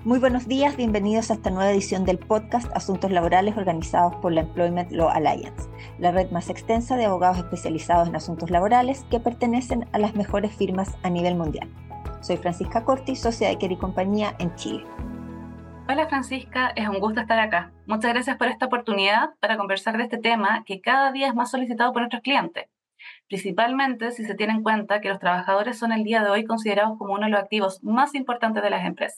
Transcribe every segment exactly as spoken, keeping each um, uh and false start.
Muy buenos días, bienvenidos a esta nueva edición del podcast Asuntos Laborales organizados por la Employment Law Alliance, la red más extensa de abogados especializados en asuntos laborales que pertenecen a las mejores firmas a nivel mundial. Soy Francisca Corti, socia de Kerry Compañía en Chile. Hola Francisca, es un gusto estar acá. Muchas gracias por esta oportunidad para conversar de este tema que cada día es más solicitado por nuestros clientes, principalmente si se tiene en cuenta que los trabajadores son el día de hoy considerados como uno de los activos más importantes de las empresas.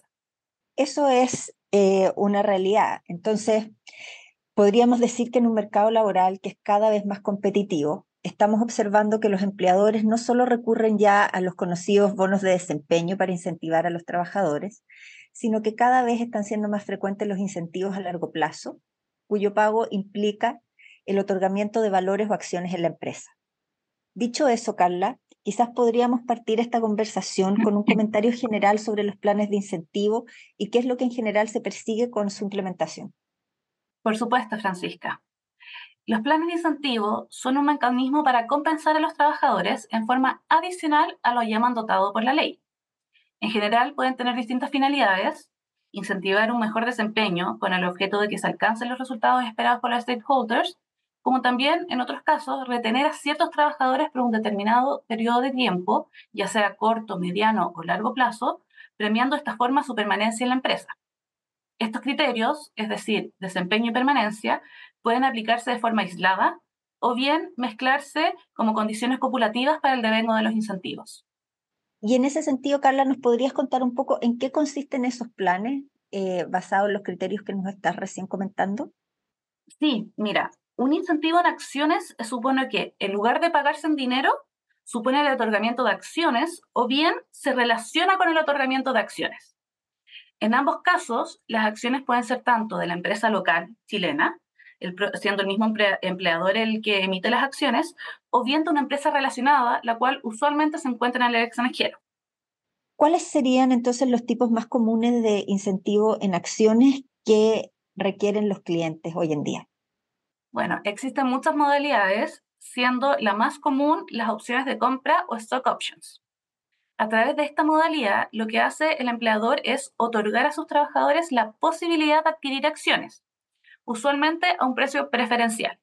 Eso es eh, una realidad. Entonces, podríamos decir que en un mercado laboral que es cada vez más competitivo, estamos observando que los empleadores no solo recurren ya a los conocidos bonos de desempeño para incentivar a los trabajadores, sino que cada vez están siendo más frecuentes los incentivos a largo plazo, cuyo pago implica el otorgamiento de valores o acciones en la empresa. Dicho eso, Carla, quizás podríamos partir esta conversación con un comentario general sobre los planes de incentivo y qué es lo que en general se persigue con su implementación. Por supuesto, Francisca. Los planes de incentivo son un mecanismo para compensar a los trabajadores en forma adicional a lo ya mandatado por la ley. En general, pueden tener distintas finalidades: incentivar un mejor desempeño con el objeto de que se alcancen los resultados esperados por los stakeholders, como también, en otros casos, retener a ciertos trabajadores por un determinado periodo de tiempo, ya sea corto, mediano o largo plazo, premiando de esta forma su permanencia en la empresa. Estos criterios, es decir, desempeño y permanencia, pueden aplicarse de forma aislada o bien mezclarse como condiciones copulativas para el devengo de los incentivos. Y en ese sentido, Carla, ¿nos podrías contar un poco en qué consisten esos planes eh, basados en los criterios que nos estás recién comentando? Sí, mira, un incentivo en acciones supone que, en lugar de pagarse en dinero, supone el otorgamiento de acciones o bien se relaciona con el otorgamiento de acciones. En ambos casos, las acciones pueden ser tanto de la empresa local chilena, el, siendo el mismo empleador el que emite las acciones, o bien de una empresa relacionada, la cual usualmente se encuentra en el extranjero. ¿Cuáles serían entonces los tipos más comunes de incentivo en acciones que requieren los clientes hoy en día? Bueno, existen muchas modalidades, siendo la más común las opciones de compra o stock options. A través de esta modalidad, lo que hace el empleador es otorgar a sus trabajadores la posibilidad de adquirir acciones, usualmente a un precio preferencial.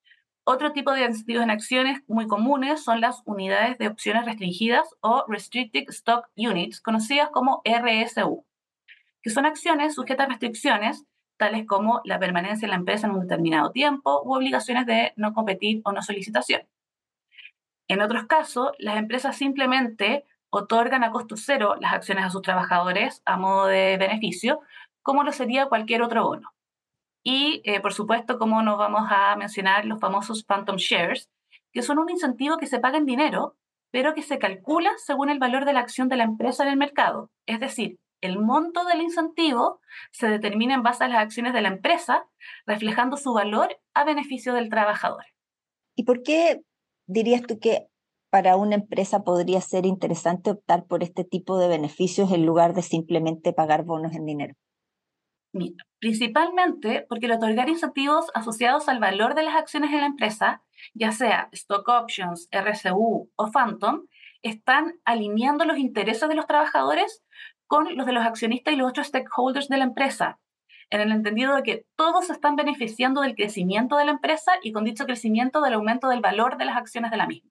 Otro tipo de incentivos en acciones muy comunes son las unidades de opciones restringidas o Restricted Stock Units, conocidas como R S U, que son acciones sujetas a restricciones, tales como la permanencia en la empresa en un determinado tiempo u obligaciones de no competir o no solicitación. En otros casos, las empresas simplemente otorgan a costo cero las acciones a sus trabajadores a modo de beneficio, como lo sería cualquier otro bono. Y, eh, por supuesto, como nos vamos a mencionar los famosos phantom shares, que son un incentivo que se paga en dinero, pero que se calcula según el valor de la acción de la empresa en el mercado. Es decir, el monto del incentivo se determina en base a las acciones de la empresa, reflejando su valor a beneficio del trabajador. ¿Y por qué dirías tú que para una empresa podría ser interesante optar por este tipo de beneficios en lugar de simplemente pagar bonos en dinero? Mira, principalmente porque el otorgar incentivos asociados al valor de las acciones en la empresa, ya sea stock options, R S U o phantom, están alineando los intereses de los trabajadores con los de los accionistas y los otros stakeholders de la empresa, en el entendido de que todos se están beneficiando del crecimiento de la empresa y, con dicho crecimiento, del aumento del valor de las acciones de la misma.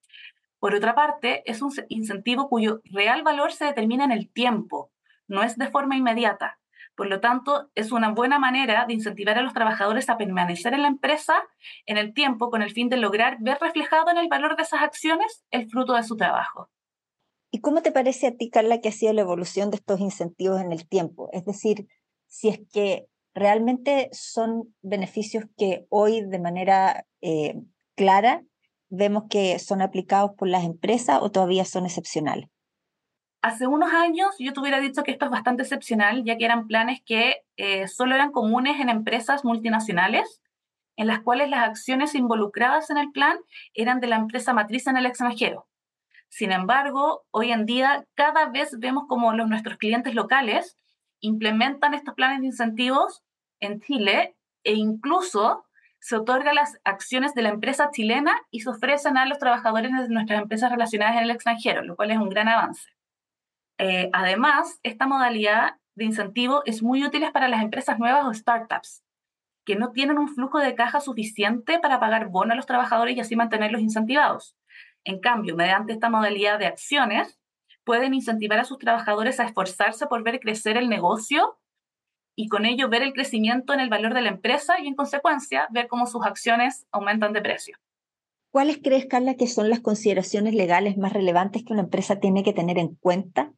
Por otra parte, es un incentivo cuyo real valor se determina en el tiempo, no es de forma inmediata. Por lo tanto, es una buena manera de incentivar a los trabajadores a permanecer en la empresa en el tiempo, con el fin de lograr ver reflejado en el valor de esas acciones el fruto de su trabajo. ¿Y cómo te parece a ti, Carla, que ha sido la evolución de estos incentivos en el tiempo? Es decir, si es que realmente son beneficios que hoy de manera eh, clara vemos que son aplicados por las empresas o todavía son excepcionales. Hace unos años yo te hubiera dicho que esto es bastante excepcional, ya que eran planes que eh, solo eran comunes en empresas multinacionales, en las cuales las acciones involucradas en el plan eran de la empresa matriz en el extranjero. Sin embargo, hoy en día cada vez vemos como los, nuestros clientes locales implementan estos planes de incentivos en Chile, e incluso se otorgan las acciones de la empresa chilena y se ofrecen a los trabajadores de nuestras empresas relacionadas en el extranjero, lo cual es un gran avance. Eh, además, esta modalidad de incentivo es muy útiles para las empresas nuevas o startups, que no tienen un flujo de caja suficiente para pagar bono a los trabajadores y así mantenerlos incentivados. En cambio, mediante esta modalidad de acciones, pueden incentivar a sus trabajadores a esforzarse por ver crecer el negocio y con ello ver el crecimiento en el valor de la empresa y, en consecuencia, ver cómo sus acciones aumentan de precio. ¿Cuáles crees, Carla, que son las consideraciones legales más relevantes que una empresa tiene que tener en cuenta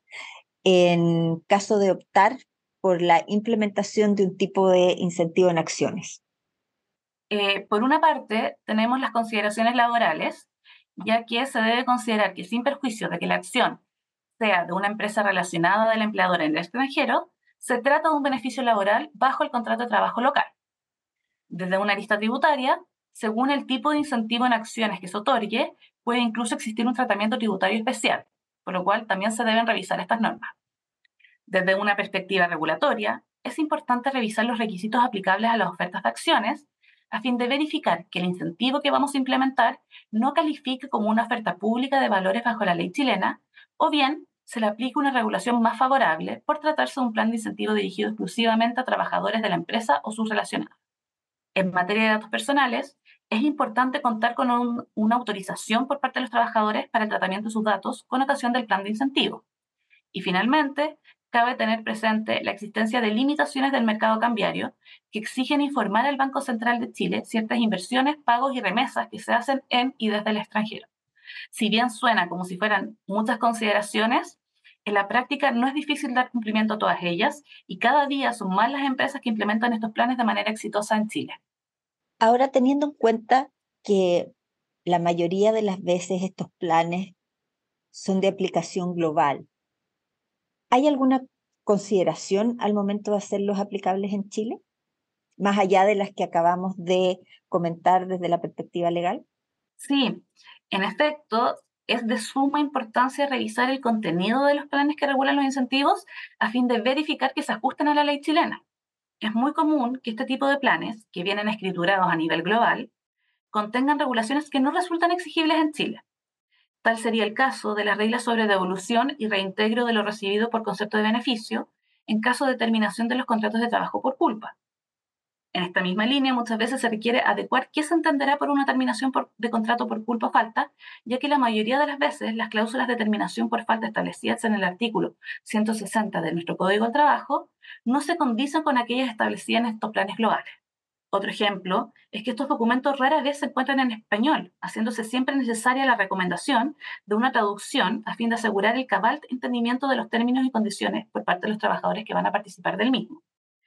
en caso de optar por la implementación de un tipo de incentivo en acciones? Eh, por una parte, tenemos las consideraciones laborales, ya que se debe considerar que, sin perjuicio de que la acción sea de una empresa relacionada del empleador en el extranjero, se trata de un beneficio laboral bajo el contrato de trabajo local. Desde una lista tributaria, según el tipo de incentivo en acciones que se otorgue, puede incluso existir un tratamiento tributario especial, por lo cual también se deben revisar estas normas. Desde una perspectiva regulatoria, es importante revisar los requisitos aplicables a las ofertas de acciones a fin de verificar que el incentivo que vamos a implementar no califique como una oferta pública de valores bajo la ley chilena, o bien se le aplique una regulación más favorable por tratarse de un plan de incentivo dirigido exclusivamente a trabajadores de la empresa o sus relacionados. En materia de datos personales, es importante contar con un, una autorización por parte de los trabajadores para el tratamiento de sus datos con ocasión del plan de incentivo. Y finalmente, cabe tener presente la existencia de limitaciones del mercado cambiario que exigen informar al Banco Central de Chile ciertas inversiones, pagos y remesas que se hacen en y desde el extranjero. Si bien suena como si fueran muchas consideraciones, en la práctica no es difícil dar cumplimiento a todas ellas y cada día son más las empresas que implementan estos planes de manera exitosa en Chile. Ahora, teniendo en cuenta que la mayoría de las veces estos planes son de aplicación global, ¿hay alguna consideración al momento de hacerlos aplicables en Chile, más allá de las que acabamos de comentar desde la perspectiva legal? Sí, en efecto, es de suma importancia revisar el contenido de los planes que regulan los incentivos a fin de verificar que se ajusten a la ley chilena. Es muy común que este tipo de planes, que vienen escriturados a nivel global, contengan regulaciones que no resultan exigibles en Chile. Tal sería el caso de las reglas sobre devolución y reintegro de lo recibido por concepto de beneficio en caso de terminación de los contratos de trabajo por culpa. En esta misma línea, muchas veces se requiere adecuar qué se entenderá por una terminación por, de contrato por culpa o falta, ya que la mayoría de las veces las cláusulas de terminación por falta establecidas en el artículo ciento sesenta de nuestro Código del Trabajo no se condicen con aquellas establecidas en estos planes globales. Otro ejemplo es que estos documentos rara vez se encuentran en español, haciéndose siempre necesaria la recomendación de una traducción a fin de asegurar el cabal entendimiento de los términos y condiciones por parte de los trabajadores que van a participar del mismo.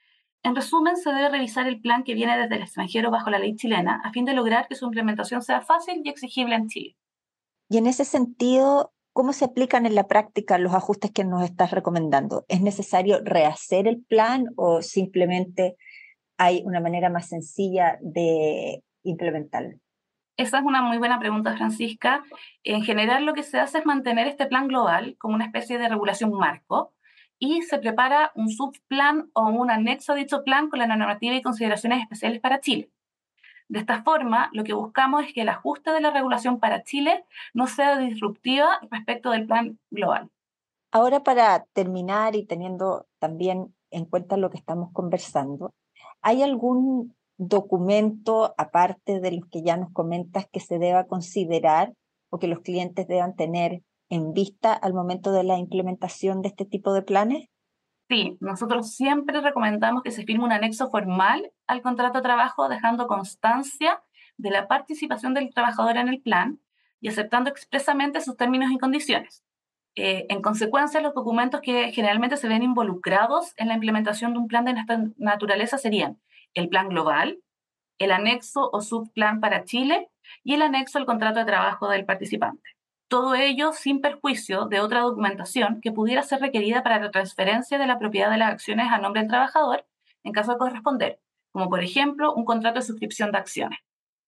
En resumen, se debe revisar el plan que viene desde el extranjero bajo la ley chilena a fin de lograr que su implementación sea fácil y exigible en Chile. Y en ese sentido, ¿cómo se aplican en la práctica los ajustes que nos estás recomendando? ¿Es necesario rehacer el plan o simplemente hay una manera más sencilla de implementarlo? Esa es una muy buena pregunta, Francisca. En general, lo que se hace es mantener este plan global como una especie de regulación marco y se prepara un subplan o un anexo a dicho plan con la normativa y consideraciones especiales para Chile. De esta forma, lo que buscamos es que el ajuste de la regulación para Chile no sea disruptiva respecto del plan global. Ahora, para terminar y teniendo también en cuenta lo que estamos conversando, ¿hay algún documento, aparte de los que ya nos comentas, que se deba considerar o que los clientes deban tener en vista al momento de la implementación de este tipo de planes? Sí, nosotros siempre recomendamos que se firme un anexo formal al contrato de trabajo, dejando constancia de la participación del trabajador en el plan y aceptando expresamente sus términos y condiciones. Eh, en consecuencia, los documentos que generalmente se ven involucrados en la implementación de un plan de esta naturaleza serían el plan global, el anexo o subplan para Chile y el anexo al contrato de trabajo del participante. Todo ello sin perjuicio de otra documentación que pudiera ser requerida para la transferencia de la propiedad de las acciones a nombre del trabajador en caso de corresponder, como por ejemplo un contrato de suscripción de acciones.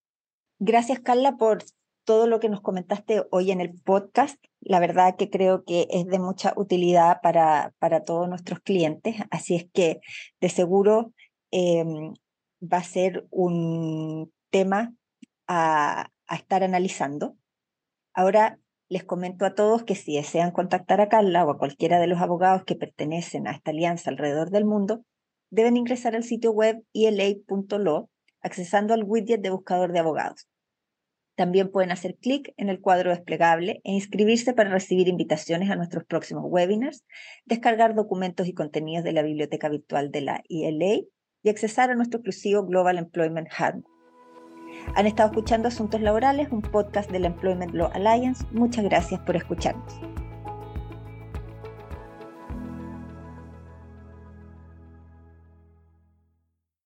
Gracias, Carla, por todo lo que nos comentaste hoy en el podcast. La verdad que creo que es de mucha utilidad para, para todos nuestros clientes, así es que de seguro eh, va a ser un tema a, a estar analizando. Ahora, Les comento a todos que si desean contactar a Carla o a cualquiera de los abogados que pertenecen a esta alianza alrededor del mundo, deben ingresar al sitio web e l a punto law accesando al widget de buscador de abogados. También pueden hacer clic en el cuadro desplegable e inscribirse para recibir invitaciones a nuestros próximos webinars, descargar documentos y contenidos de la biblioteca virtual de la E L A y accesar a nuestro exclusivo Global Employment Handbook. Han estado escuchando Asuntos Laborales, un podcast de la Employment Law Alliance. Muchas gracias por escucharnos.